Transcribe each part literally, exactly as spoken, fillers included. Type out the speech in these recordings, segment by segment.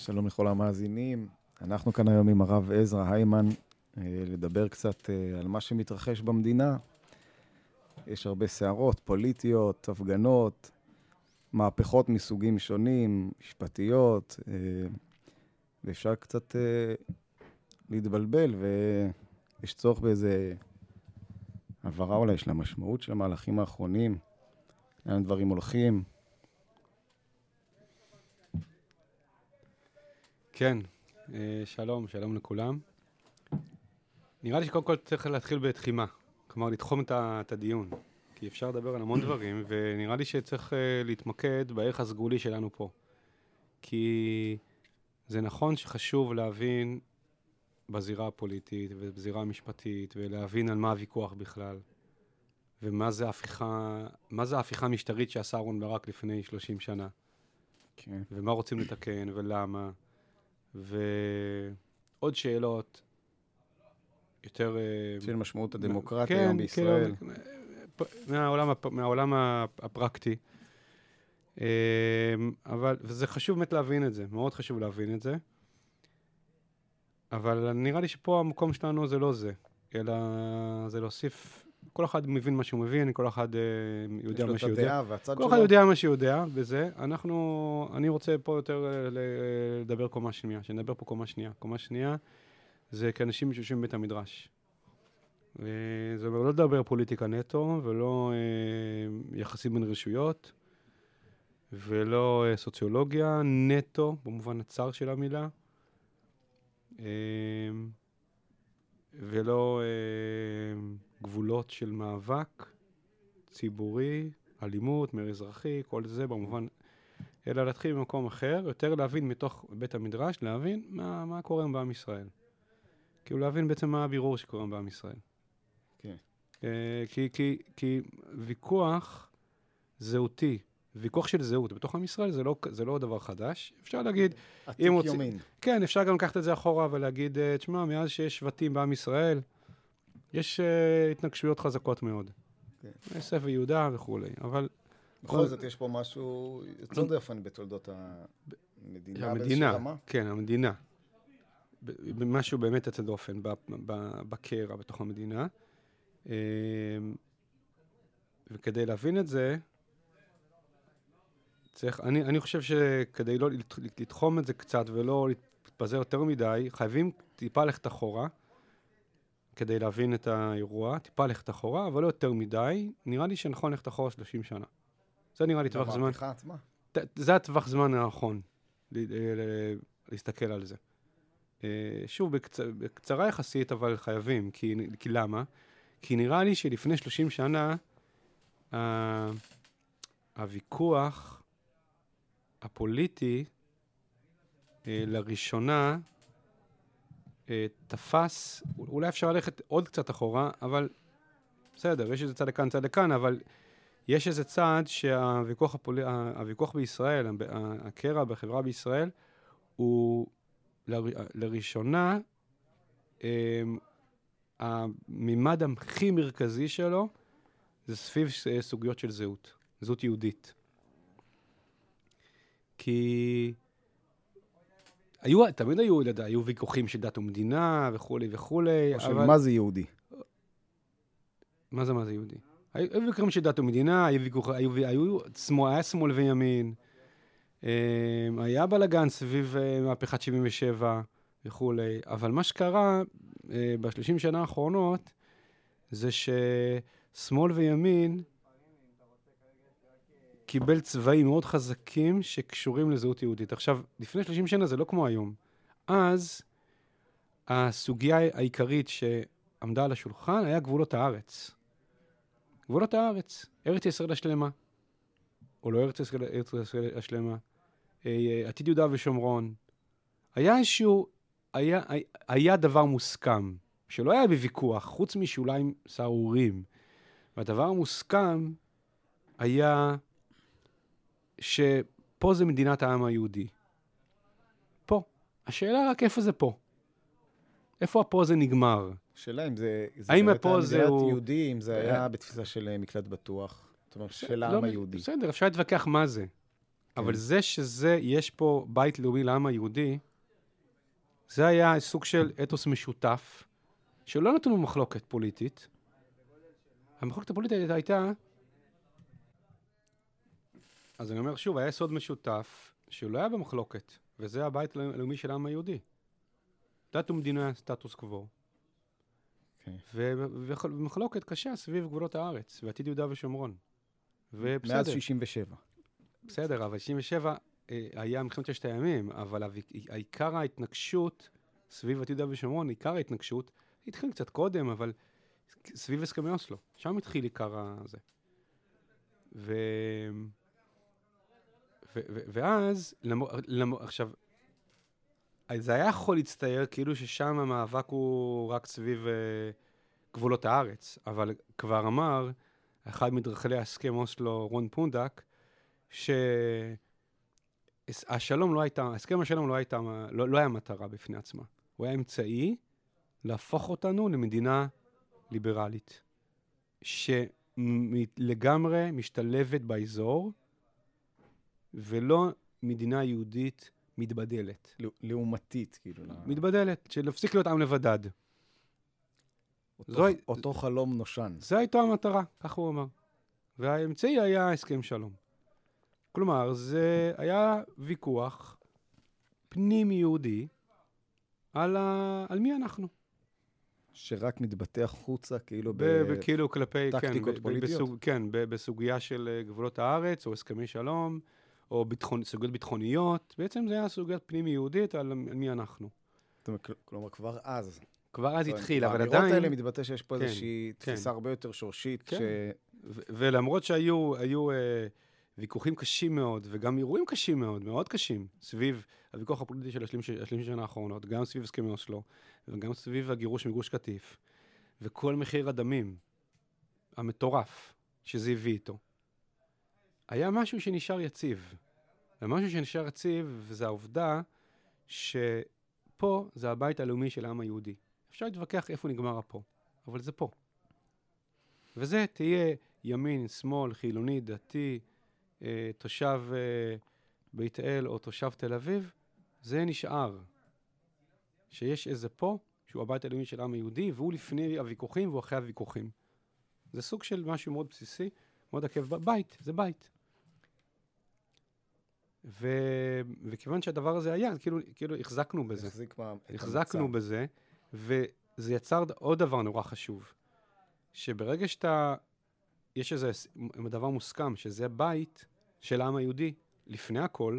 שלום לכל המאזינים. אנחנו כאן היום עם הרב עזרא היימן, לדבר קצת על מה שמתרחש במדינה. יש הרבה סערות פוליטיות, הפגנות, מהפכות מסוגים שונים, משפטיות, ואפשר קצת להתבלבל, ויש צורך באיזה הבהרה אולי של המשמעות של המהלכים האחרונים, לאן דברים הולכים. כן, שלום, שלום לכולם. נראה לי שקודם כל צריך להתחיל בתחימה, כלומר לתחום את הדיון, כי אפשר לדבר על המון דברים, ונראה לי שצריך להתמקד בערך הסגולי שלנו פה. כי זה נכון שחשוב להבין בזירה הפוליטית ובזירה המשפטית, ולהבין על מה הוויכוח בכלל, ומה זה ההפיכה, מה זה ההפיכה המשטרית שעשה אהרן ברק לפני שלושים שנה. כן. ומה רוצים לתקן ולמה. ועוד שאלות יותר... של משמעות הדמוקרטיה היום בישראל. כן, מהעולם, מהעולם הפרקטי. אבל, וזה חשוב באמת להבין את זה, מאוד חשוב להבין את זה. אבל נראה לי שפה המקום שלנו זה לא זה, אלא זה להוסיף, כל אחד מבין מה שהוא מבין, כל אחד יודע מה שהוא יודע. כל אחד יודע מה שהוא יודע, וזה. אנחנו, אני רוצה פה יותר לדבר קומה שנייה, שנדבר פה קומה שנייה. קומה שנייה זה כאנשים שיושבים בבית המדרש. זה לא לדבר פוליטיקה נטו, ולא יחסים בין רשויות, ולא סוציולוגיה נטו, במובן הצר של המילה. ולא גבולות של מאבק ציבורי, אלימות, מרי אזרחי, כל זה במובן, אלא להתחיל במקום אחר, יותר להבין מתוך בית המדרש, להבין מה, מה קורה בעם ישראל. כאילו להבין בעצם מה הבירור שקורה בעם ישראל. כן. כי, כי, כי ויכוח זהותי, ויכוח של זהות בתוך עם ישראל זה לא, זה לא דבר חדש. אפשר להגיד... עתיק יומין. כן, אפשר גם לקחת את זה אחורה ולהגיד, תשמע, מאז שיש שבטים בעם ישראל, יש uh, התנגשויות חזקות מאוד. כן. יוסף ויהודה וכו'. אבל... בכל זאת יש פה משהו יוצא דופן בתולדות המדינה. המדינה, כן, המדינה. משהו באמת יוצא דופן בקרע בתוך המדינה. וכדי להבין את זה, צריך, אני, אני חושב שכדי לא לתחום את זה קצת ולא להתפזר יותר מדי, חייבים טיפה ללכת אחורה, כדי להבין את האירוע, טיפה ללכת אחורה, אבל לא יותר מדי. נראה לי שנכון ללכת אחורה שלושים שנה. זה נראה לי טווח זמן. עצמה. זה הטווח זמן הנכון, להסתכל על זה. שוב, בקצרה, בקצרה יחסית, אבל חייבים. כי, כי למה? כי נראה לי שלפני שלושים שנה, הוויכוח הפוליטי, לראשונה, תפס, אולי אפשר ללכת עוד קצת אחורה, אבל בסדר, יש איזה צד לכאן, צד לכאן, אבל יש איזה צד שהוויכוח הפולי, הוויכוח בישראל, הקרע בחברה בישראל, הוא לראשונה, הממד הכי מרכזי שלו, זה סביב סוגיות של זהות, זהות יהודית. כי היו, תמיד היו, היו ויכוחים של דת ומדינה וכו' וכו'. או של מה זה יהודי? מה זה מה זה יהודי? היו ויכוחים של דת ומדינה, היו ויכוחים, היו, היה שמאל וימין, היה בלגן סביב מהפכת שבעים ושבע וכו'. אבל מה שקרה בשלושים שנה האחרונות, זה ששמאל וימין קיבל צבעים מאוד חזקים שקשורים לזהות יהודית. עכשיו, לפני שלושים שנה זה לא כמו היום. אז הסוגיה העיקרית שעמדה על השולחן היה גבולות הארץ. גבולות הארץ, ארץ ישראל השלמה, או לא ארץ ישראל, ארץ ישראל השלמה, עתיד יהודה ושומרון. היה איזשהו, היה, היה דבר מוסכם, שלא היה בוויכוח, חוץ משוליים סערורים. והדבר המוסכם היה שפה זה מדינת העם היהודי. פה. השאלה רק איפה זה פה. איפה הפה זה נגמר? שאלה אם זה... האם הפה זה מדינת הוא... יהודי, אם זה היה בתפיסה של מקלט בטוח. זאת אומרת, של העם היהודי. בסדר, אפשר להתווכח מה זה. אבל זה שזה, יש פה בית לאומי לעם היהודי, זה היה סוג של אתוס משותף, שלא נתנו מחלוקת פוליטית. המחלוקת הפוליטית הייתה, אז אני אומר שוב, היה יסוד משותף, שהוא לא היה במחלוקת, וזה הבית הלאומי של העם היהודי. דת ומדינה סטטוס קוו. ומחלוקת קשה סביב גבולות הארץ, ועתיד יהודה ושומרון. מאז שישים ושבע. בסדר, אבל שישים ושבע היה מלחמת ששת הימים, אבל העיקר ההתנגשות סביב עתיד יהודה ושומרון, עיקר ההתנגשות, התחיל קצת קודם, אבל סביב הסכמי אוסלו. שם התחיל עיקר הזה. ו... ו... ו... ואז, למ... למ... עכשיו, זה היה יכול להצטייר כאילו ששם המאבק הוא רק סביב uh, גבולות הארץ, אבל כבר אמר, אחד מדרכלי ההסכם אוסלו, רון פונדק, שהשלום לא הייתה, הסכם השלום לא הייתה, לא, לא היה מטרה בפני עצמה. הוא היה אמצעי להפוך אותנו למדינה ליברלית, שלגמרי משתלבת באזור, ולא מדינה יהודית מתבדלת. לעומתית, כאילו. מתבדלת, שלהפסיק להיות עם לבדד. אותו, זו, אותו חלום נושן. זה הייתה המטרה, כך הוא אמר. והאמצעי היה הסכם שלום. כלומר, זה היה ויכוח פנים יהודי על, ה... על מי אנחנו. שרק מתבטא חוצה, כאילו ב... ב... כאילו כלפי, טקטיקות כן, פוליטיות? בסוג... כן, ב... בסוגיה של גבולות הארץ, או הסכמי שלום, או ביטחון... סוגיות ביטחוניות. בעצם זה היה סוגיית פנים יהודית על, על מי אנחנו. כלומר, כבר אז. כבר אז התחיל, אבל עדיין... באמירות האלה מתבטא שיש פה כן, איזושהי כן. תפיסה הרבה יותר שורשית. כן. ש... ו- ולמרות שהיו היו, אה, ויכוחים קשים מאוד, וגם אירועים קשים מאוד, מאוד קשים, סביב הוויכוח הפוליטי של השלושים שנה האחרונות, גם סביב הסכמי אוסלו, וגם סביב הגירוש מגוש קטיף, וכל מחיר הדמים המטורף שזה הביא איתו, היה משהו שנשאר יציב. ומשהו שנשאר יציב, זה העובדה שפה זה הבית הלאומי של העם היהודי. אפשר להתווכח איפה נגמר הפה, אבל זה פה. וזה תהיה ימין, שמאל, חילוני, דתי, אה, תושב אה, בית אל או תושב תל אביב, זה נשאר. שיש איזה פה, שהוא הבית הלאומי של העם היהודי, והוא לפני הוויכוחים והוא אחרי הוויכוחים. זה סוג של משהו מאוד בסיסי, מאוד עקב בית, זה בית. ו... וכיוון שהדבר הזה היה, כאילו, כאילו החזקנו בזה. החזיק מה... החזקנו בזה, וזה יצר עוד דבר נורא חשוב. שברגע שאתה, יש איזה דבר מוסכם, שזה בית של העם היהודי, לפני הכל,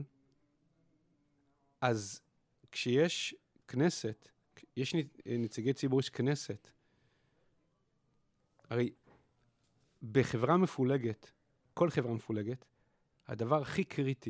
אז כשיש כנסת, יש נציגי ציבור, יש כנסת, הרי בחברה מפולגת, כל חברה מפולגת, הדבר הכי קריטי,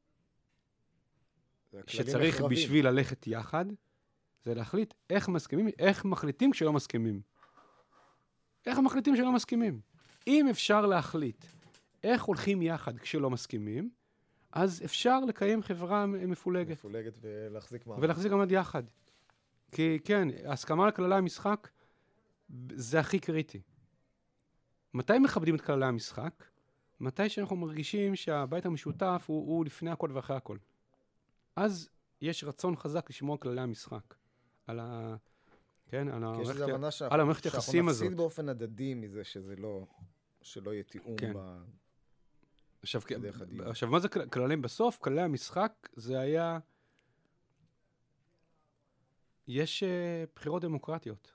שצריך בשביל ללכת יחד, זה להחליט איך מסכימים, איך מחליטים כשלא מסכימים. איך מחליטים שלא מסכימים? אם אפשר להחליט איך הולכים יחד כשלא מסכימים, אז אפשר לקיים חברה מפולגת. מפולגת ולהחזיק מעמד. ולהחזיק מעמד יחד. כי כן, הסכמה על כללי המשחק, זה הכי קריטי. מתי מכבדים את כללי המשחק? מתי שאנחנו מרגישים שהבית המשותף הוא, הוא לפני הכל ואחרי הכל. אז יש רצון חזק לשמוע כללי המשחק. על ה... כן, על המערכת היחסים הזאת. שאנחנו נפסיד באופן הדדי מזה שזה לא, שלא יהיה תיאום כן. ב... עכשיו, עכשיו, מה זה כללים? בסוף, כללי המשחק, זה היה... יש uh, בחירות דמוקרטיות.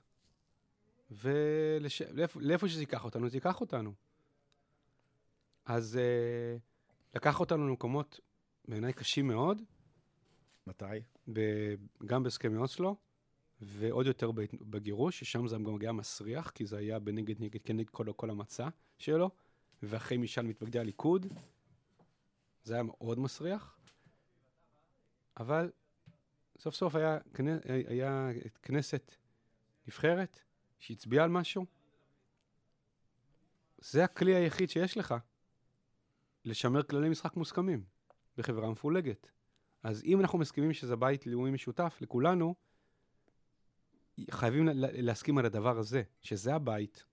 ולאיפה שזה ייקח אותנו, זה ייקח אותנו. אז uh, לקח אותנו למקומות בעיניי קשים מאוד. מתי? ב- גם בהסכמי אוסלו, ועוד יותר בגירוש, ששם זה גם היה מסריח, כי זה היה בנגד נגד כנגד כל, כל המצע שלו, ואחרי משאל מתפקדי הליכוד, זה היה מאוד מסריח, אבל סוף סוף היה, היה כנסת נבחרת, שהצביעה על משהו. זה הכלי היחיד שיש לך, לשמר כללי משחק מוסכמים, בחברה מפולגת. אז אם אנחנו מסכימים שזה בית לאומי משותף לכולנו, חייבים להסכים על הדבר הזה, שזה הבית,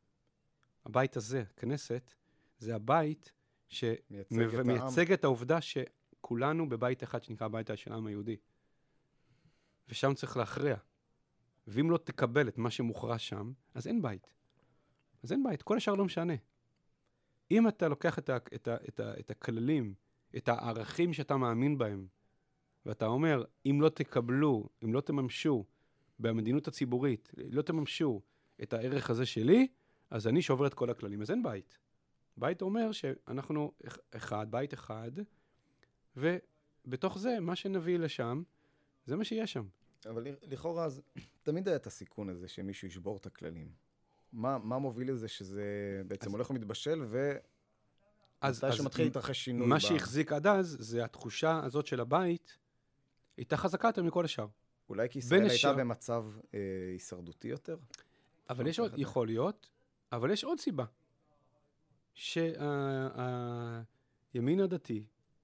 הבית הזה, כנסת, זה הבית שמייצג את העובדה כולנו בבית אחד שנקרא בית של העם היהודי. ושם צריך להכריע. ואם לא תקבל את מה שמוכרע שם, אז אין בית. אז אין בית, כל השאר לא משנה. אם אתה לוקח את, ה, את, ה, את, ה, את הכללים, את הערכים שאתה מאמין בהם, ואתה אומר, אם לא תקבלו, אם לא תממשו במדינות הציבורית, לא תממשו את הערך הזה שלי, אז אני שובר את כל הכללים. אז אין בית. בית אומר שאנחנו אחד, בית אחד, ובתוך זה, מה שנביא לשם, זה מה שיש שם. אבל לכאורה, אז תמיד היה את הסיכון הזה שמישהו ישבור את הכללים. מה, מה מוביל לזה שזה בעצם אז, הולך ומתבשל, ומתי שמתחיל להתרחש שינוי? מה ב... שהחזיק עד אז, זה התחושה הזאת של הבית, הייתה חזקה יותר מכל השאר. אולי כי ישראל הייתה השאר... במצב אה, הישרדותי יותר? אבל יש עוד, יכול להיות, אבל יש עוד סיבה. שהימין הדתי,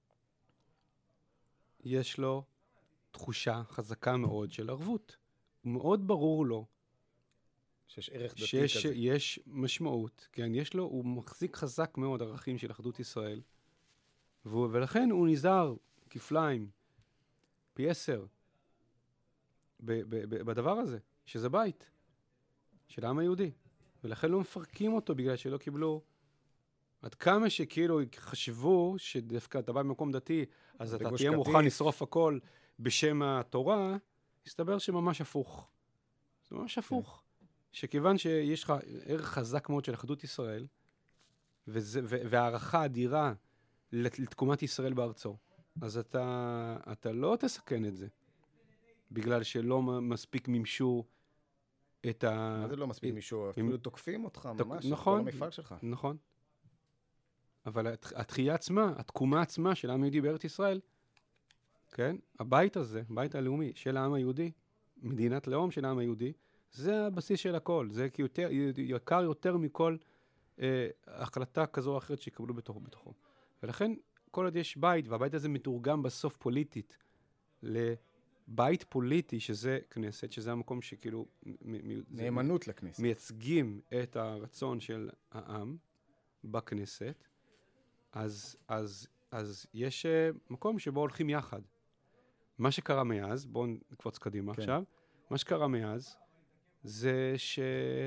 יש לו תחושה חזקה מאוד של ערבות. מאוד ברור לו, שיש ערך דתי שיש, כזה. יש משמעות, כן, יש לו, הוא מחזיק חזק מאוד ערכים של אחדות ישראל, והוא, ולכן הוא נזהר כפליים, פי עשר, ב, ב, ב, בדבר הזה, שזה בית של העם היהודי. ולכן לא מפרקים אותו בגלל שלא קיבלו, עד כמה שכאילו חשבו שדווקא אתה בא במקום דתי, אז אתה תהיה מוכן לשרוף הכל בשם התורה, הסתבר שממש הפוך. זה ממש הפוך. שכיוון שיש לך ערך חזק מאוד של אחדות ישראל, וזה, ו- והערכה אדירה לתקומת ישראל בארצו, אז אתה, אתה לא תסכן את זה, בגלל שלא מספיק ממשו את ה... מה זה לא מספיק מישהו? אפילו תוקפים אותך ממש, נכון, כל המפעל שלך. נכון. אבל התחייה עצמה, התקומה עצמה של העם היהודי בארץ ישראל, כן? הבית הזה, הבית הלאומי של העם היהודי, מדינת לאום של העם היהודי, זה הבסיס של הכל. זה כי יותר, יקר יותר מכל אה, החלטה כזו או אחרת שיקבלו בתוכו, בתוכו. ולכן, כל עוד יש בית, והבית הזה מתורגם בסוף פוליטית לבית פוליטי, שזה כנסת, שזה המקום שכאילו... נאמנות לכנסת. מייצגים את הרצון של העם בכנסת, אז, אז, אז יש uh, מקום שבו הולכים יחד. מה שקרה מאז, בואו נקפוץ קדימה כן. עכשיו, מה שקרה מאז, זה ש...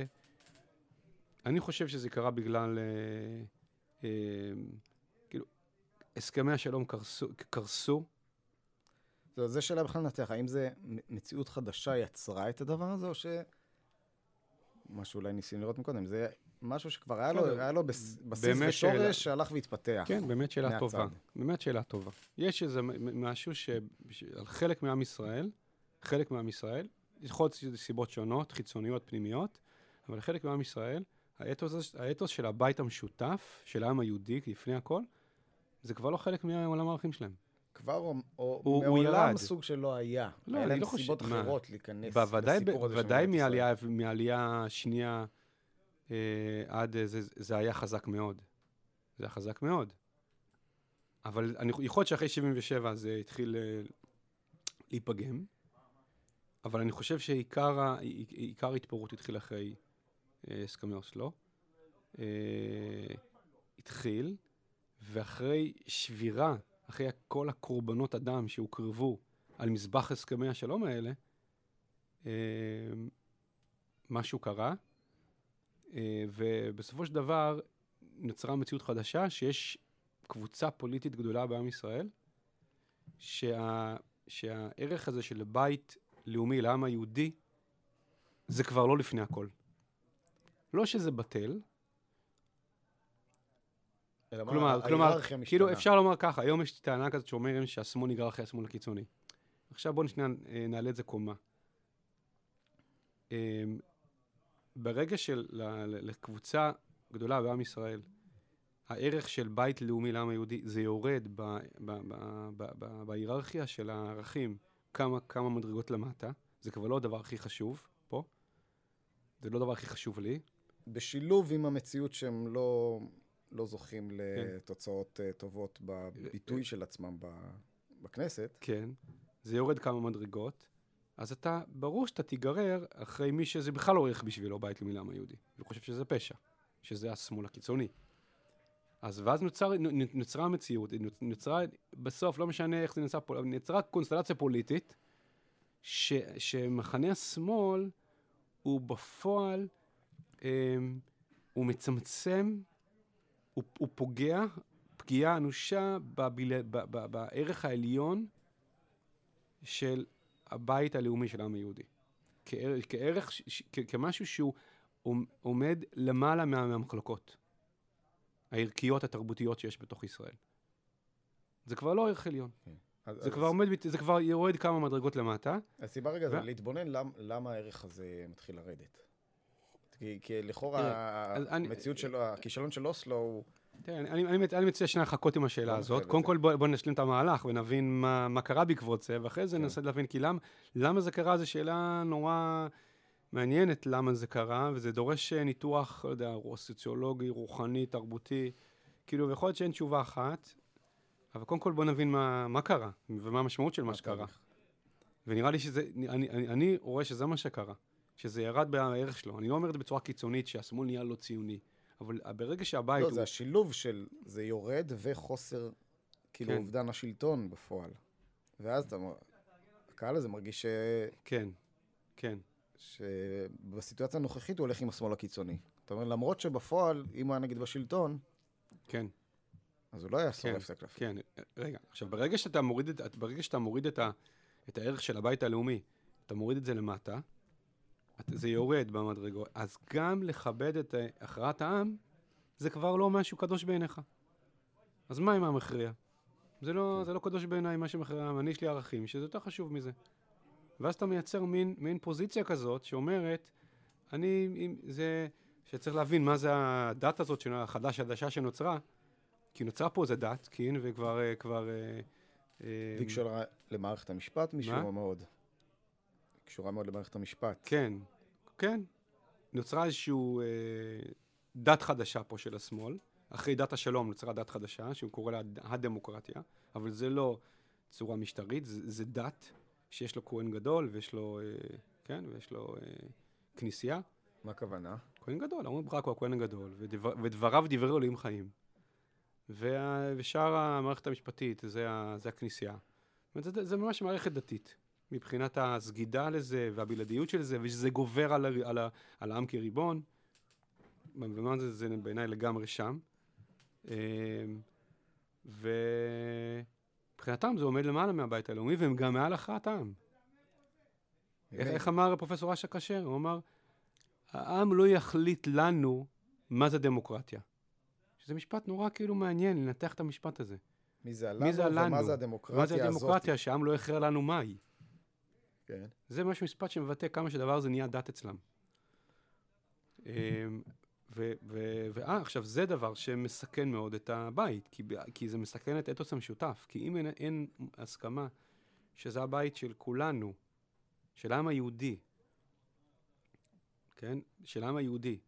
אני חושב שזה קרה בגלל, uh, uh, כאילו, הסכמי השלום קרסו, קרסו. זו, זה שאלה בכלל נתח, האם זה מציאות חדשה יצרה את הדבר הזה, או ש... מה שאולי ניסינו לראות מקודם, זה... משהו שכבר היה לו, היה לו בסיס ושורש שהלך והתפתח. כן, באמת שאלה טובה. באמת שאלה טובה. יש איזה משהו שעל חלק מעם ישראל, חלק מעם ישראל, יכול להיות סיבות שונות, חיצוניות, פנימיות, אבל חלק מעם ישראל, האתוס, האתוס של הבית המשותף, של העם היהודי, לפני הכל, זה כבר לא חלק מעולם הערכים שלהם. כבר או מעולם סוג שלא היה. היה להם סיבות אחרות להיכנס לסיפור הזה. ודאי מעלייה שנייה, Uh, עד זה, זה היה חזק מאוד. זה היה חזק מאוד. אבל אני, יכול להיות שאחרי שבעים ושבע זה התחיל uh, להיפגם, אבל אני חושב שעיקר ההתפוררות התחיל אחרי uh, הסכמי אוסלו. Uh, התחיל, ואחרי שבירה, אחרי כל הקורבנות אדם שהוקרבו על מזבח הסכמי השלום האלה, uh, משהו קרה, Uh, ובסופו של דבר נוצרה מציאות חדשה שיש קבוצה פוליטית גדולה בעם ישראל, שה, שהערך הזה של בית לאומי לעם היהודי זה כבר לא לפני הכל. לא שזה בטל, כלומר, כלומר כאילו אפשר לומר ככה, היום יש טענה כזאת שאומרים שהשמאל נגרר אחרי השמאל הקיצוני. עכשיו בואו נשניה נעלה את זה קומה. Um, ברגע של לקבוצה גדולה בעם ישראל, הערך של בית לאומי לעם היהודי, זה יורד בהיררכיה של הערכים כמה, כמה מדרגות למטה. זה כבר לא הדבר הכי חשוב פה. זה לא הדבר הכי חשוב לי. בשילוב עם המציאות שהם לא, לא זוכים לתוצאות כן. טובות בביטוי של עצמם בכנסת. כן. זה יורד כמה מדרגות. אז אתה, ברור שאתה תיגרר אחרי מי שזה בכלל לא ערך בשבילו בית לאומי לעם היהודי. והוא חושב שזה פשע, שזה השמאל הקיצוני. אז ואז נוצר, נוצרה המציאות, נוצרה, בסוף, לא משנה איך זה נוצר, נוצרה קונסטלציה פוליטית, ש, שמחנה השמאל הוא בפועל, אמ, הוא מצמצם, הוא, הוא פוגע, פגיעה אנושה בביל, ב, ב, בערך העליון של הבית הלאומי של העם היהודי. כערך, כערך ש, ש, כ, כמשהו שהוא עומד למעלה מה, מהמחלוקות. הערכיות התרבותיות שיש בתוך ישראל. זה כבר לא ערך עליון. זה כבר עומד, זה כבר יורד כמה מדרגות למטה. הסיבה רגע זה להתבונן למה הערך הזה מתחיל לרדת. כי לכאורה המציאות שלו, הכישלון של אוסלו הוא... תראה, אני מציע שנייה לחכות עם השאלה הזאת. קודם כל בואו נשלים את המהלך ונבין מה קרה בעקבות זה, ואחרי זה ננסה להבין כי למה זה קרה, זו שאלה נורא... מעניינת למה זה קרה, וזה דורש ניתוח, לא יודע, סוציולוגי, רוחני, תרבותי, כאילו, ויכול להיות שאין תשובה אחת, אבל קודם כל בוא נבין מה, מה קרה, ומה המשמעות של מה שקרה. ונראה לי שזה, אני, אני, אני רואה שזה מה שקרה, שזה ירד בערך שלו. אני לא אומר את זה בצורה קיצונית, שהשמאל נהיה לא ציוני, אבל ברגע שהבית... לא, הוא... זה השילוב של זה יורד וחוסר, כאילו, כן. אובדן השלטון בפועל. ואז אתה, הקהל הזה מרגיש ש... כן, כן. שבסיטואציה הנוכחית הוא הולך עם השמאל הקיצוני. זאת אומרת, למרות שבפועל, אם הוא היה נגיד בשלטון, כן. אז הוא לא היה שורף את הקלפים. כן, רגע. עכשיו, ברגע שאתה מוריד, את, ברגע שאתה מוריד את, ה, את הערך של הבית הלאומי, אתה מוריד את זה למטה, זה יורד במדרגות, אז גם לכבד את הכרעת העם, זה כבר לא משהו קדוש בעיניך. אז מה עם המכריע? זה לא, זה לא קדוש בעיניי מה שמכריע העם. אני יש לי ערכים, שזה יותר חשוב מזה. ואז אתה מייצר מין, מין פוזיציה כזאת שאומרת, אני, זה, שצריך להבין מה זה הדת הזאת, החדש, הדשה שנוצרה, כי נוצרה פה איזה דת, כן, וכבר, כבר... היא קשורה למערכת המשפט משום מאוד. היא קשורה מאוד למערכת המשפט. כן, כן. נוצרה איזשהו אה, דת חדשה פה של השמאל, אחרי דת השלום נוצרה דת חדשה, שהוא קורא לה הדמוקרטיה, אבל זה לא צורה משטרית, זה, זה דת. שיש לו כהן גדול, ויש לו, אה, כן, ויש לו אה, כנסייה. מה הכוונה? כהן גדול, אומרים ברק הוא הכהן הגדול, ודבר, ודבריו דברי אלוהים חיים. וה, ושאר המערכת המשפטית, זה, ה, זה הכנסייה. זה, זה ממש מערכת דתית, מבחינת הסגידה לזה, והבלעדיות של זה, ושזה גובר על, על, על, על העם כריבון. ומה זה, זה בעיניי לגמרי שם. אה, ו... מבחינתם זה עומד למעלה מהבית הלאומי, והם גם מעל הכרעת העם. איך, איך אמר פרופסור אשר כשר? הוא אמר, העם לא יחליט לנו מה זה דמוקרטיה. שזה משפט נורא כאילו מעניין, לנתח את המשפט הזה. מי זה הלנו, ומה זה הדמוקרטיה הזאת? מה זה הדמוקרטיה, שהעם לא יכריע לנו מהי. כן. זה ממש משפט שמבטא כמה שדבר הזה נהיה דת אצלם. ואה, עכשיו זה דבר שמסכן מאוד את הבית, כי, כי זה מסכן את אתוס המשותף, כי אם אין, אין הסכמה שזה הבית של כולנו, של העם היהודי, כן? של העם היהודי,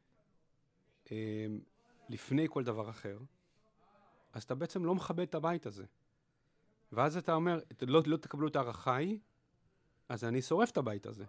לפני כל דבר אחר, אז אתה בעצם לא מכבד את הבית הזה. ואז אתה אומר, לא, לא תקבלו את הערכיי, אז אני שורף את הבית הזה.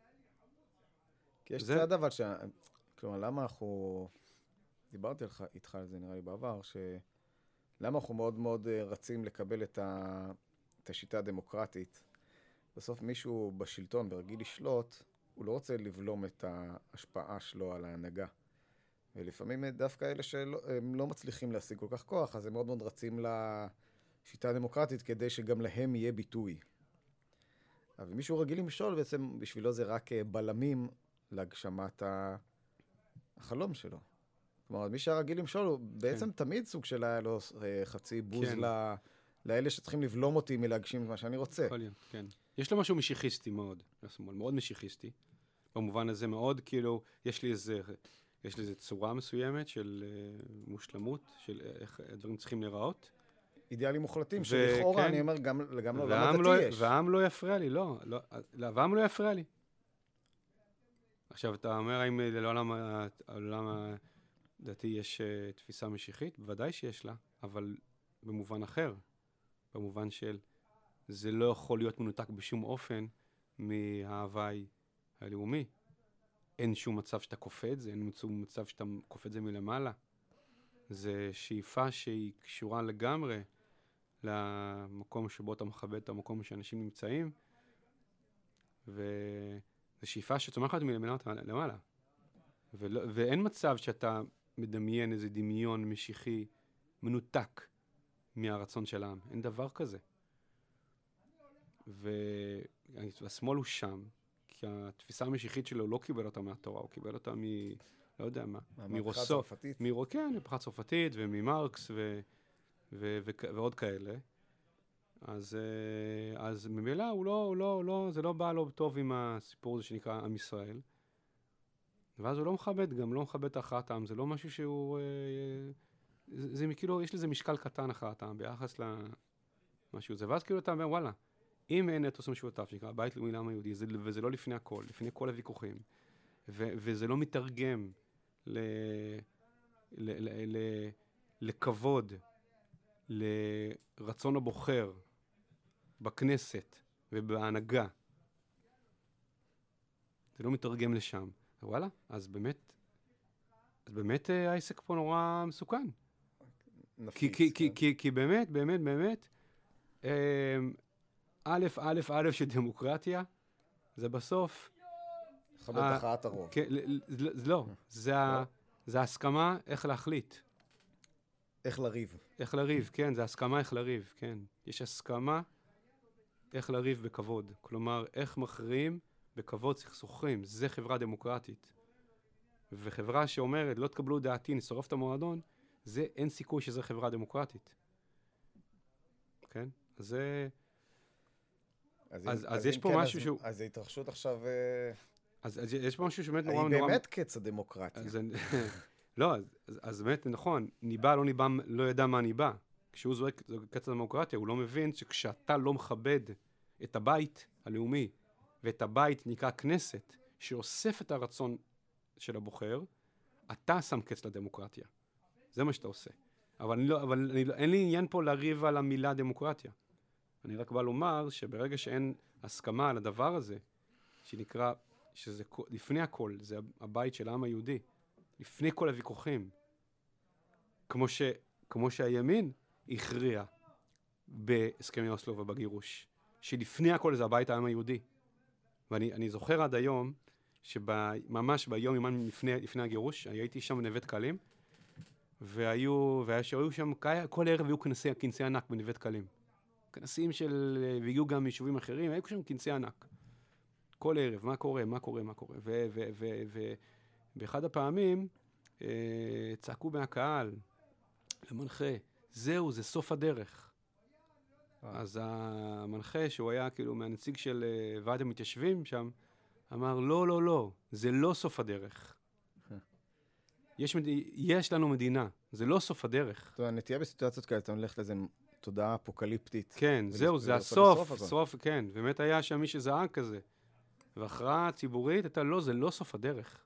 כי יש צעד אבל ש... כלומר, למה אנחנו... דיברתי לך, איתך על זה נראה לי בעבר, שלמה אנחנו מאוד מאוד רצים לקבל את, ה... את השיטה הדמוקרטית. בסוף מישהו בשלטון, ברגיל לשלוט, הוא לא רוצה לבלום את ההשפעה שלו על ההנהגה. ולפעמים דווקא אלה שהם לא מצליחים להשיג כל כך כוח, אז הם מאוד מאוד רצים לשיטה הדמוקרטית כדי שגם להם יהיה ביטוי. אבל מישהו רגיל למשול, בעצם בשבילו זה רק בלמים להגשמת החלום שלו. כלומר, מי שהרגיל למשול הוא בעצם כן. תמיד סוג של היה לו חצי בוז כן. ל... לאלה שצריכים לבלום אותי מלהגשים את מה שאני רוצה. יכול להיות, כן. יש לו משהו משיחיסטי מאוד, מאוד משיחיסטי. במובן הזה מאוד, כאילו, יש לי איזה, יש לי איזה צורה מסוימת של uh, מושלמות, של איך הדברים צריכים להיראות. אידיאלים מוחלטים, שלכאורה כן, אני אומר, גם, גם לא, למה דתי לא, יש. והעם לא יפריע לי, לא, לא, והעם לא יפריע לי. עכשיו, אתה אומר, האם לעולם, לעולם הדתי יש uh, תפיסה משיחית? בוודאי שיש לה, אבל במובן אחר. במובן של זה לא יכול להיות מנותק בשום אופן מההוואי הלאומי. אין שום מצב שאתה כופה את זה, אין שום מצב שאתה כופה את זה מלמעלה. זה שאיפה שהיא קשורה לגמרי למקום שבו אתה מכבד את המקום שאנשים נמצאים, וזו שאיפה שצומחת מלמטה למעלה. ולא, ואין מצב שאתה מדמיין איזה דמיון משיחי מנותק מהרצון של העם. אין דבר כזה. והשמאל הוא שם, כי התפיסה המשיחית שלו לא קיבל אותה מהתורה, הוא קיבל אותה מ... לא יודע מה, מרוסו, מרו, כן, מהפכה צרפתית וממרקס ו, ו, ו, ו, ועוד כאלה. אז, אז ממילא הוא לא, הוא לא, הוא לא, זה לא בא לו טוב עם הסיפור הזה שנקרא עם ישראל. ואז הוא לא מכבד, גם לא מכבד את הכרעת העם, זה לא משהו שהוא... זה, זה כאילו, יש לזה משקל קטן הכרעת העם ביחס למשהו זה. ואז כאילו אתה אומר, וואלה, אם אין אתוס משותף, שנקרא בית לאומי לעם היהודי, זה, וזה לא לפני הכל, לפני כל הוויכוחים, ו, וזה לא מתרגם ל, ל, ל, ל, לכבוד, לרצון הבוחר בכנסת ובהנהגה, זה לא מתרגם לשם. וואלה, אז באמת, אז באמת העסק פה נורא מסוכן. נפיץ. כי, כי, כי, כי, כי באמת, באמת, באמת, א', א', א' של דמוקרטיה, זה בסוף... לכבד את הכרעת הרוב. לא, זה ההסכמה איך להחליט. איך לריב. איך לריב, כן, זה הסכמה איך לריב, כן. יש הסכמה איך לריב בכבוד. כלומר, איך מכריעים בכבוד סכסוכים. זה חברה דמוקרטית. וחברה שאומרת, לא תקבלו דעתי, נשרוף את המועדון, זה אין סיכוי שזה חברה דמוקרטית. כן? אז זה... אז, אז, אם, אז אז יש פה כן, משהו אז, שהוא... אז ההתרחשות עכשיו... אז, אז יש פה משהו שבאמת נורא... היא נורא... באמת קץ הדמוקרטיה. אז, לא, אז, אז, אז באמת, נכון, ניבא, לא ניבא, לא ידע מה ניבא. כשהוא זורק קץ הדמוקרטיה, הוא לא מבין שכשאתה לא מכבד את הבית הלאומי, ואת הבית נקרא כנסת, שאוסף את הרצון של הבוחר, אתה שם קץ לדמוקרטיה. זה מה שאתה עושה. אבל, אני לא, אבל אני לא, אין לי עניין פה לריב על המילה דמוקרטיה. אני רק בא לומר שברגע שאין הסכמה על הדבר הזה, שנקרא, שזה לפני הכל, זה הבית של העם היהודי, לפני כל הוויכוחים, כמו, ש, כמו שהימין הכריע בהסכמי אוסלו ובגירוש, שלפני הכל זה הבית העם היהודי. ואני אני זוכר עד היום, שממש ביום ימן לפני, לפני הגירוש, הייתי שם בנווה קלים, והיו, והיו שם, כל ערב היו כנסי, כנסי ענק בנווה קלים. כנסים של, והגיעו גם מיישובים אחרים, היו שם כנסי ענק. כל ערב, מה קורה, מה קורה, מה קורה. ובאחד הפעמים, אה, צעקו מהקהל, למנחה, זהו, זה סוף הדרך. אז המנחה, שהוא היה כאילו מהנציג של ועד המתיישבים שם, אמר, לא, לא, לא, זה לא סוף הדרך. יש, יש לנו מדינה, זה לא סוף הדרך. זאת אומרת, נטייה בסיטואציות כאלה, אתה הולך לאיזה תודעה אפוקליפטית. כן, זהו, זה הסוף, סוף, כן. באמת היה שם מי שזעק כזה. והכרעה ציבורית, אתה לא, זה לא סוף הדרך.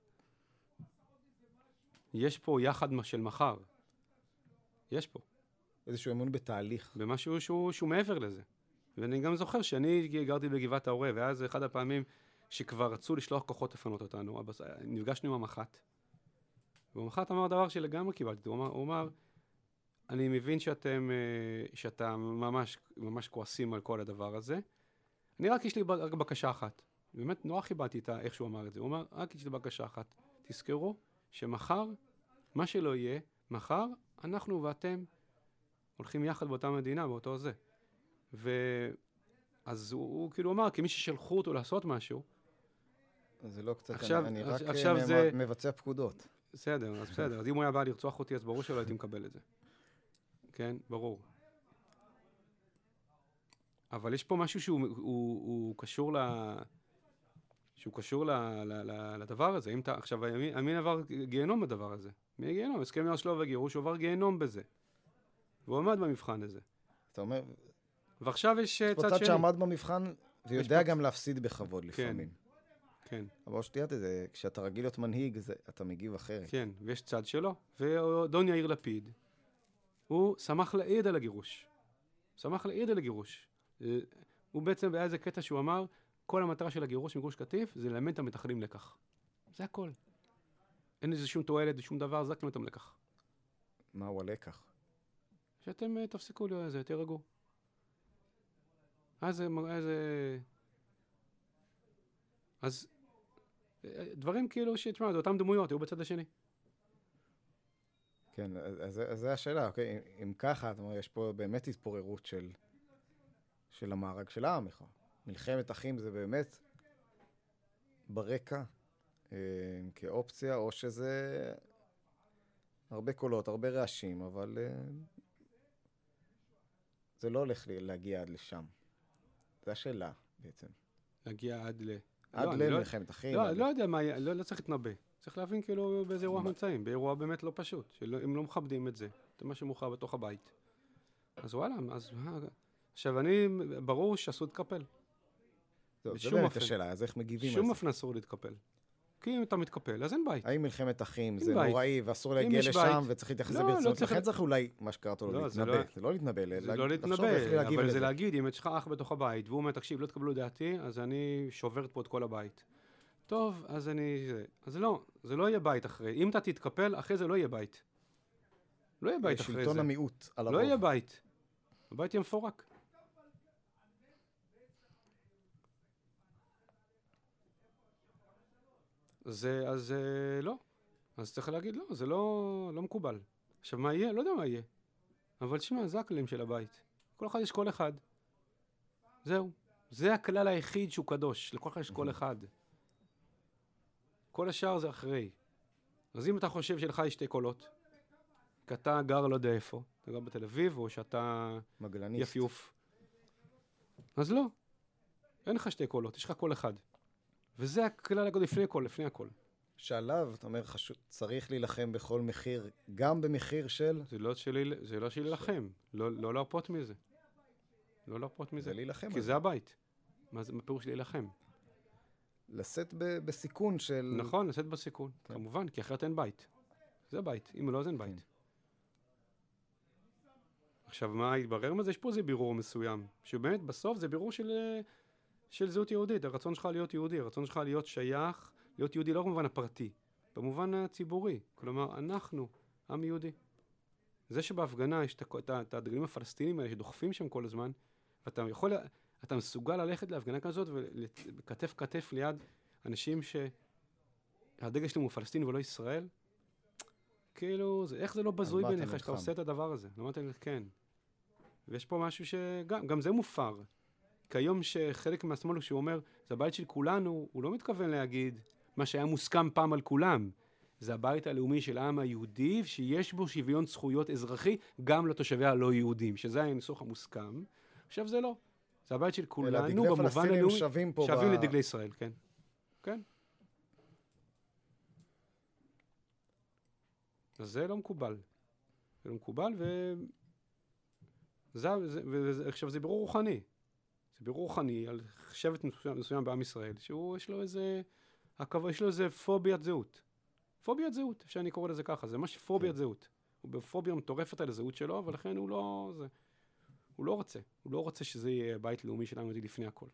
יש פה יחד של מחר. יש פה. איזשהו אמון בתהליך. במשהו שהוא, שהוא מעבר לזה. ואני גם זוכר שאני גרתי בגבעת ההורה, ואז אחד הפעמים שכבר רצו לשלוח כוחות לפנות אותנו, נפגשנו עם המח"ט. והמח"ט אמר דבר שלגמרי קיבלתי. הוא אמר, הוא אמר, אני מבין שאתם, שאתה ממש, ממש כועסים על כל הדבר הזה. אני רק, יש לי רק בקשה אחת. באמת נורא חיבלתי את איך שהוא אמר את זה. הוא אמר, רק יש לי בקשה אחת. תזכרו שמחר, מה שלא יהיה, מחר אנחנו ואתם הולכים יחד באותה מדינה, באותו זה. ואז הוא, הוא כאילו אמר, כמי ששלחו אותו לעשות משהו, זה לא קצת, עכשיו, אני, אני רק עכשיו מ- זה... מבצע פקודות. בסדר, אז בסדר. אז אם הוא היה בא לרצוח אותי, אז ברור שלא הייתי מקבל את זה. כן, ברור. אבל יש פה משהו שהוא הוא, הוא קשור ל... שהוא קשור ל, ל, ל, לדבר הזה. אם אתה, עכשיו, הימין, הימין עבר גיהנום בדבר הזה. מי גיהנום? הסכמי אוסלו וגירוש, הוא עבר גיהנום בזה. והוא עמד במבחן הזה. אתה אומר... ועכשיו יש צד שני. יש פה צד שעמד במבחן, ויודע גם להפסיד בכבוד לפעמים. כן. אבל שתהיה את זה, כשאתה רגיל להיות מנהיג, אתה מגיב אחרת. כן, ויש צד שלו. ואדון יאיר לפיד, הוא שמח להעיד על הגירוש. שמח להעיד על הגירוש. הוא בעצם, היה איזה קטע שהוא אמר, כל המטרה של הגירוש מגוש קטיף, זה ללמד את המתנחלים לקח. זה הכל. אין איזה שום תועלת, שום דבר, זה רק ללמד אותם לקח. מהו הלקח? שאתם uh, תפסיקו להיות זה, תרגעו. אז זה... אז דברים כאילו שתשמע, זה אותם דמויות, היו בצד השני. כן, אז, אז זה השאלה, אוקיי? אם, אם ככה, זאת אומרת, יש פה באמת התפוררות של, של המארג של העם. מלחמת אחים זה באמת ברקע אה, כאופציה, או שזה הרבה קולות, הרבה רעשים, אבל אה, זה לא הולך להגיע עד לשם. זו השאלה בעצם. להגיע עד ל... עד למלחמת אחים. לא, לא יודע מה, לא צריך להתנבא. צריך להבין כאילו באיזה אירוע נמצאים, באירוע באמת לא פשוט, שהם לא מכבדים את זה, זה מה שמוכר בתוך הבית. אז וואלה, אז... עכשיו, אני, ברור שאסור להתקפל. זה באמת השאלה, אז איך מגיבים על זה? שום אופן אסור להתקפל. כי אם אתה מתקפל, אז אין בית. האם מלחמת אחים זה נוראי ואסור להגיע לשם וצריך להתייחס לזה ברצינות? לכן צריך אולי, מה שקראת לו, להתנבא. זה לא להתנבא, זה לא להתנבא, אבל זה להגיד, אם יש לך אח בתוך הבית, והוא אומר, תקשיב, לא תקבלו דעתי, אז אני שוברת פה את כל הבית. טוב, אז אני... אז לא, זה לא יהיה בית אחרי. אם אתה תתקפל, אחרי זה לא יהיה בית. לא יהיה בית אחרי זה. שלטון המיעוט על הרוב. לא יהיה בית. הבית יהיה מפורק. זה, אז לא. אז צריך להגיד, לא, זה לא, לא מקובל. עכשיו, מה יהיה? לא יודע מה יהיה. אבל תשמע, זה הכללים של הבית. כל אחד יש כל אחד. זהו. זה הכלל היחיד שהוא קדוש. לכל אחד יש כל אחד. כל השאר זה אחרי. אז אם אתה חושב שלך יש שתי קולות, כי אתה גר לא יודע איפה, אתה גר בתל אביב, או שאתה מגלניסט. יפיוף, אז לא. אין לך שתי קולות, יש לך כל אחד. וזה הכלל הגדול לפני הכל, לפני הכל. שעליו, אתה אומר, חשוב, צריך להילחם בכל מחיר, גם במחיר של... זה לא שלי, זה לא שלי להילחם, לא, לא להרפות מזה. לא להרפות מזה. זה להילחם. כי זה הבית. מה זה פירוש להילחם? לשאת ב- בסיכון של... נכון, לשאת בסיכון. כן. כמובן, כי אחרת אין בית. זה בית. אם לא, אז אין בית. כן. עכשיו, מה התברר מזה? יש פה איזה בירור מסוים. שבאמת, בסוף זה בירור של, של זהות יהודית. הרצון שלך להיות יהודי, הרצון שלך להיות שייך, להיות יהודי לא במובן הפרטי, במובן הציבורי. כלומר, אנחנו, עם יהודי. זה שבהפגנה יש את הדגלים הפלסטינים האלה שדוחפים שם כל הזמן, ואתה יכול, אתה מסוגל ללכת להפגנה כזאת וכתף כתף ליד אנשים שהדגל שלהם הוא פלסטיני ולא ישראל, כאילו, זה, איך זה לא בזוי בעיניך שאתה עושה את הדבר הזה? אמרתי לי, כן. ויש פה משהו שגם, גם זה מופר. כיום שחלק מהשמאל שהוא אומר, זה הבית של כולנו, הוא לא מתכוון להגיד מה שהיה מוסכם פעם על כולם. זה הבית הלאומי של העם היהודי, שיש בו שוויון זכויות אזרחי, גם לתושבי הלא יהודים, שזה הניסוח המוסכם. עכשיו זה לא. זה הבית של כולנו, במובן הלאומי, שווים פה שווים ב... לדגלי ישראל, כן. כן. אז זה לא מקובל. זה לא מקובל, ו... זה, זה, וזה, עכשיו זה בירור רוחני. זה בירור רוחני על שבט מסוים, מסוים בעם ישראל, שהוא, יש לו איזה, הכבוד, יש לו איזה פוביית זהות. פוביית זהות, אפשר אני קורא לזה ככה, זה ממש פוביית כן. זהות. הוא בפוביה מטורפת על הזהות שלו, ולכן הוא לא, זה, הוא לא רוצה. הוא לא רוצה שזה יהיה בית לאומי שלנו יהודי לפני הכל.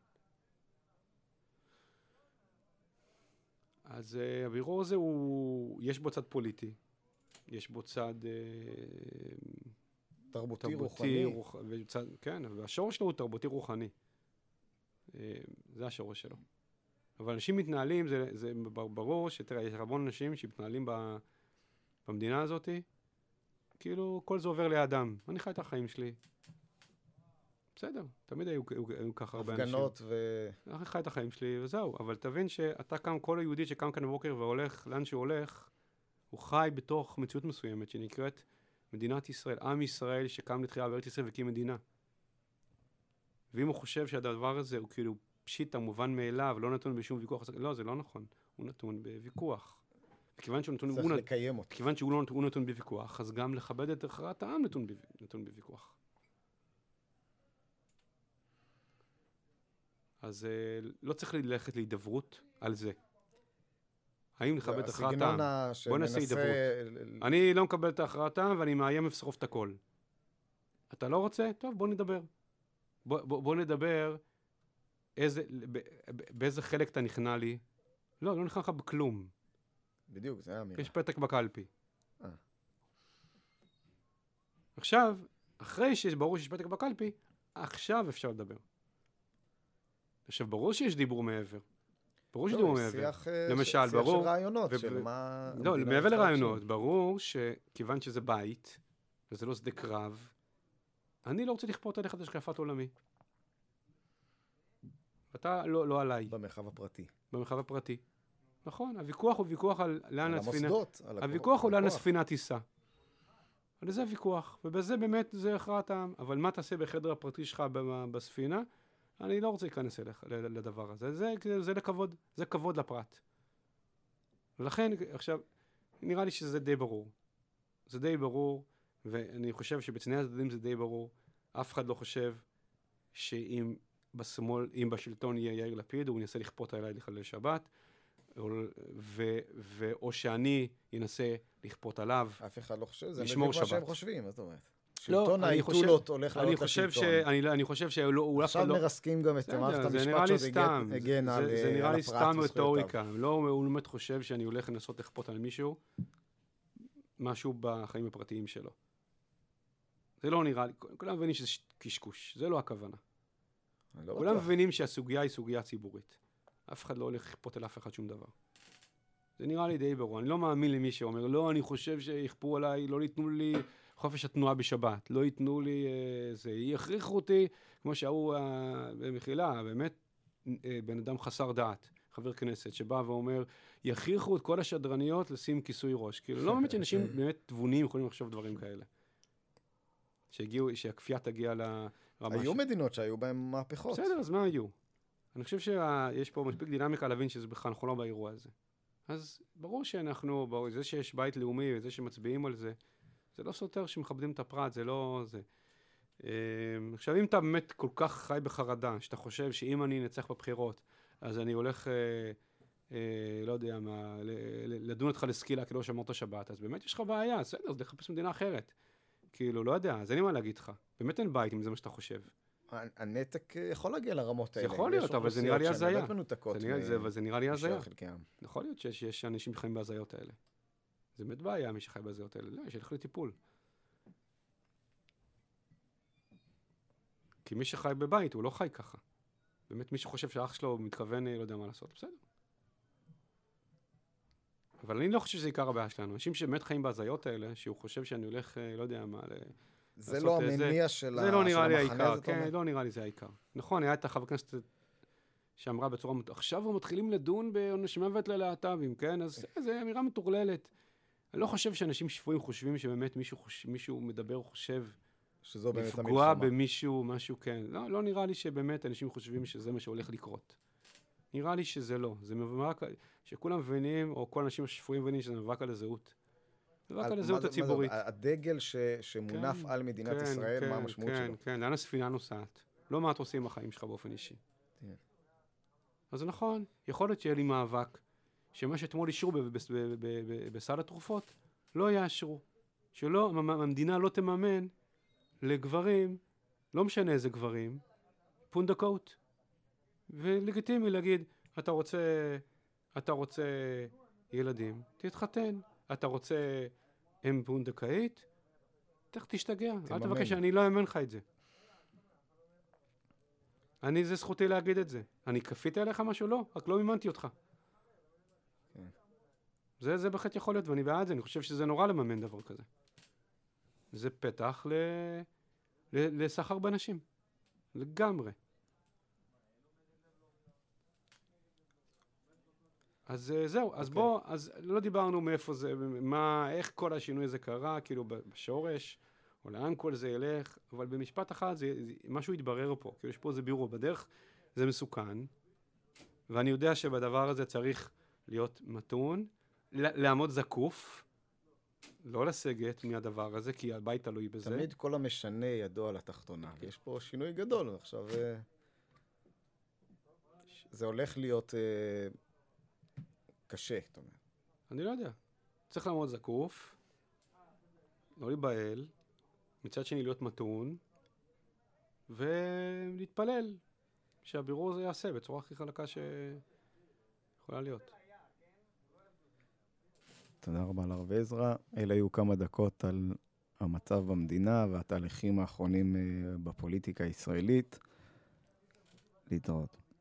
אז uh, הבירור הזה הוא, יש בו צד פוליטי. יש בו צד uh, תרבותי, תרבותי רוחני. רוח, וצד, כן, והשורש שלו הוא תרבותי רוחני. Uh, זה השורש שלו. אבל אנשים מתנהלים, זה, זה ברור שתראה, יש המון אנשים שמתנהלים ב, במדינה הזאת, כאילו כל זה עובר לידם. אני חי את החיים שלי. בסדר, תמיד היו, היו, היו ככה הרבה אנשים. הפגנות ו... אני חי את החיים שלי וזהו, אבל תבין שאתה קם, כל היהודי שקם כאן בבוקר והולך לאן שהוא הולך, הוא חי בתוך מציאות מסוימת שנקראת מדינת ישראל, עם ישראל שקם לתחייה בארץ ישראל וקים מדינה. ואם הוא חושב שהדבר הזה הוא כאילו פשיטה, מובן מאליו, לא נתון בשום ויכוח, לא, זה לא נכון, הוא נתון בוויכוח. וכיוון שהוא נתון, צריך הוא לקיים אותו. כיוון שהוא לא נתון, הוא נתון בוויכוח, אז גם לכבד את הכרעת העם נתון, נתון בוויכוח. אז uh, לא צריך ללכת להידברות על זה. האם לכבד את הכרעת העם? בוא נעשה הידברות. ל... אני לא מקבל את הכרעת העם ואני מאיים לשרוף את הכל. אתה לא רוצה? טוב, בוא נדבר. בוא, בוא, בוא נדבר איזה, ב, ב, באיזה חלק אתה נכנע לי. לא, לא נכנע לך בכלום. בדיוק, זה האמירה. יש פתק בקלפי. אה. עכשיו, אחרי שיש ברור שיש פתק בקלפי, עכשיו אפשר לדבר. עכשיו, ברור שיש דיבור מעבר. ברור שיש דיבור מעבר. למשל, ברור... שיח של רעיונות, של מה... לא, מעבר לרעיונות, ברור שכיוון שזה בית, וזה לא שדה קרב, אני לא רוצה לכפות עליך את השקפת עולמי. אתה לא, לא עליי. במרחב הפרטי. במרחב הפרטי. נכון, הוויכוח הוא ויכוח על לאן הספינה... על המוסדות. על הוויכוח הוא לאן הספינה תיסע. על זה הוויכוח, ובזה באמת זה הכרעת העם. אבל מה תעשה בחדר הפרטי שלך בספינה? אני לא רוצה להיכנס אליך, לדבר הזה. זה, זה לכבוד, זה כבוד לפרט. ולכן, עכשיו, נראה לי שזה די ברור. זה די ברור, ואני חושב שבצני הצדדים זה די ברור. אף אחד לא חושב שאם בשמאל, אם בשלטון יהיה יאיר לפיד, הוא ינסה לכפות עליי לחלל שבת, או, ו, ו, או שאני ינסה לכפות עליו, אף אחד לא חושב, זה לשמור בדיוק מה שבת. שהם חושבים, זאת אומרת. לא, שלטון האיתולות הולך לעלות לשלטון. אני, אני חושב שהוא עכשיו לא... מרסקים גם את מערכת המשפט שעוד הגן על הפרט. זה נראה לי סתם רטוריקה. לא, הוא באמת חושב שאני הולך לנסות לכפות על מישהו, משהו בחיים הפרטיים שלו. זה לא נראה לי, כולם מבינים שזה קשקוש, זה לא הכוונה. כולם מבינים שהסוגיה היא סוגיה ציבורית. אף אחד לא הולך לכפות על אף אחד שום דבר. זה נראה לי די ברור. אני לא מאמין למי שאומר, לא, אני חושב שיכפו עליי, לא ייתנו לי חופש התנועה בשבת, לא ייתנו לי אה, זה, יכריחו אותי, כמו שהוא אה, במחילה, באמת אה, בן אדם חסר דעת, חבר כנסת, שבא ואומר, יכריחו את כל השדרניות לשים כיסוי ראש. כאילו, לא באמת שאנשים באמת תבונים יכולים לחשוב דברים כאלה. שהגיעו, שהכפייה תגיע לרמה... היו מדינות שהיו בהן מהפכות. בסדר, אז מה היו? אני חושב שיש פה מספיק דינמיקה להבין שזה בכלל אנחנו לא באירוע הזה. אז ברור שאנחנו, ברור, זה שיש בית לאומי וזה שמצביעים על זה, זה לא סותר שמכבדים את הפרט, זה לא זה. עכשיו, אם אתה באמת כל כך חי בחרדה, שאתה חושב שאם אני נצח בבחירות, אז אני הולך, אה, אה, לא יודע מה, לדון אותך לסקילה כאילו שמרת שבת, אז באמת יש לך בעיה, בסדר, אז לחפש מדינה אחרת. כאילו, לא יודע, אז אין לי מה להגיד לך. באמת אין בית אם זה מה שאתה חושב. הנתק יכול להגיע לרמות האלה. זה יכול להיות, אבל זה נראה לי הזיה. זה נראה לי הזיה. יכול להיות שיש אנשים שחיים בהזיות האלה. זה באמת בעיה מי שחי בהזיות האלה. לא, יש לך לטיפול. כי מי שחי בבית, הוא לא חי ככה. באמת מי שחושב שאח שלו מתכוון, לא יודע מה לעשות. בסדר. אבל אני לא חושב שזה עיקר הבעיה שלנו. אנשים שבאמת חיים בהזיות האלה, שהוא חושב שאני הולך, לא יודע מה, זה לא המניע של המחנה. זה לא נראה לי העיקר, כן, לא נראה לי זה העיקר. נכון, היה את החבר כנסת שאמרה בצורה, עכשיו מתחילים לדון בעונש מוות ללהט"בים, כן? אז זה אמירה מטורללת. אני לא חושב שאנשים שפויים חושבים שבאמת מישהו מדבר או חושב שזו באמת המלחמה. לפגוע במישהו, משהו, כן. לא, לא נראה לי שבאמת אנשים חושבים שזה מה שהולך לקרות. נראה לי שזה לא. זה מבק, שכולם מבינים, או כל האנשים השפויים מבינים שזה מבק על הזהות. מבק על הזהות הציבורית. הדגל שמונף על מדינת ישראל, מה המשמעות שלו? כן, כן, לאן הספינה נוסעת. לא מה אתה עושה עם החיים שלך באופן אישי. אז נכון, יכול להיות שיהיה לי מאבק, שמה שאתמול אישרו בסל התרופות, לא יאשרו. שלא, המדינה לא תממן לגברים, לא משנה איזה גברים, פונדקאות. ולגיטימי להגיד, אתה רוצה, אתה רוצה ילדים, תתחתן. אתה רוצה אם פונדקאית, תכף תשתגע. אל תבקש, אני לא אאמן לך את זה. אני, זה זכותי להגיד את זה. אני כפיתי עליך משהו? לא, רק לא מימנתי אותך. כן. זה, זה בהחלט יכול להיות, ואני בעד זה. אני חושב שזה נורא לממן דבר כזה. זה פתח ל... ל... לסחר באנשים. לגמרי. אז זהו, אז בוא, אז לא דיברנו מאיפה זה, מה, איך כל השינוי הזה קרה, כאילו בשורש, או לאן כל זה ילך, אבל במשפט אחד זה, משהו יתברר פה, כאילו יש פה איזה בירור בדרך, זה מסוכן, ואני יודע שבדבר הזה צריך להיות מתון, לעמוד זקוף, לא לסגת מהדבר הזה, כי הבית תלוי בזה. תמיד כל המשנה ידו על התחתונה, יש פה שינוי גדול, עכשיו זה הולך להיות... קשה, אתה אומר. אני לא יודע. צריך לעמוד זקוף, לא להיבהל, מצד שני להיות מתון, ולהתפלל שהבירור הזה יעשה בצורה הכי חלקה שיכולה להיות. תודה רבה לרב עזרא. אלה היו כמה דקות על המצב במדינה והתהליכים האחרונים בפוליטיקה הישראלית. להתראות.